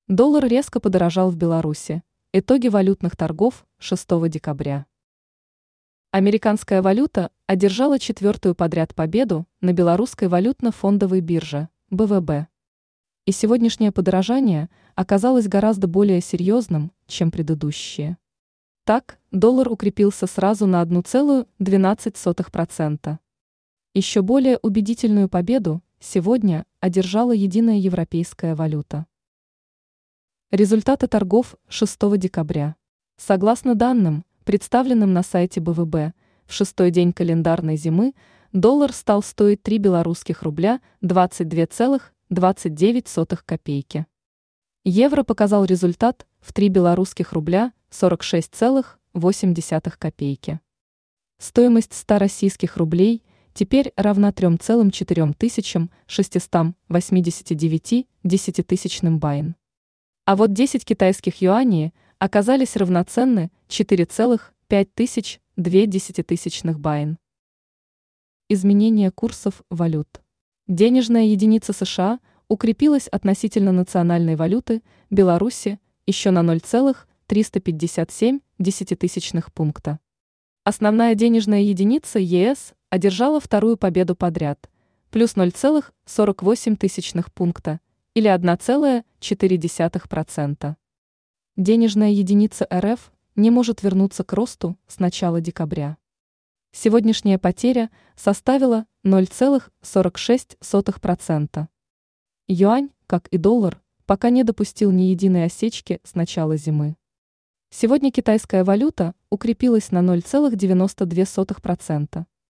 Доллар резко подорожал в Беларуси. Итоги валютных торгов 6 декабря. Американская валюта одержала четвертую подряд победу на белорусской валютно-фондовой бирже БВБ. И сегодняшнее подорожание оказалось гораздо более серьезным, чем предыдущие. Так, доллар укрепился сразу на 1,12%. Еще более убедительную победу сегодня одержала единая европейская валюта. Результаты торгов 6 декабря. Согласно данным, представленным на сайте БВБ, в шестой день календарной зимы доллар стал стоить 3 белорусских рубля 22,29 копейки. Евро показал результат в 3 белорусских рубля 46,8 копейки. Стоимость 100 российских рублей теперь равна 3,4689 десятитысячным байн. А вот 10 китайских юаней оказались равноценны 4,5002 десятитысячных байн. Изменение курсов валют. Денежная единица США укрепилась относительно национальной валюты Беларуси еще на 0,357 десятитысячных пункта. Основная денежная единица ЕС одержала вторую победу подряд, плюс 0,48 пункта, или 1,4%. Денежная единица РФ не может вернуться к росту с начала декабря. Сегодняшняя потеря составила 0,46%. Юань, как и доллар, пока не допустил ни единой осечки с начала зимы. Сегодня китайская валюта укрепилась на 0,92%.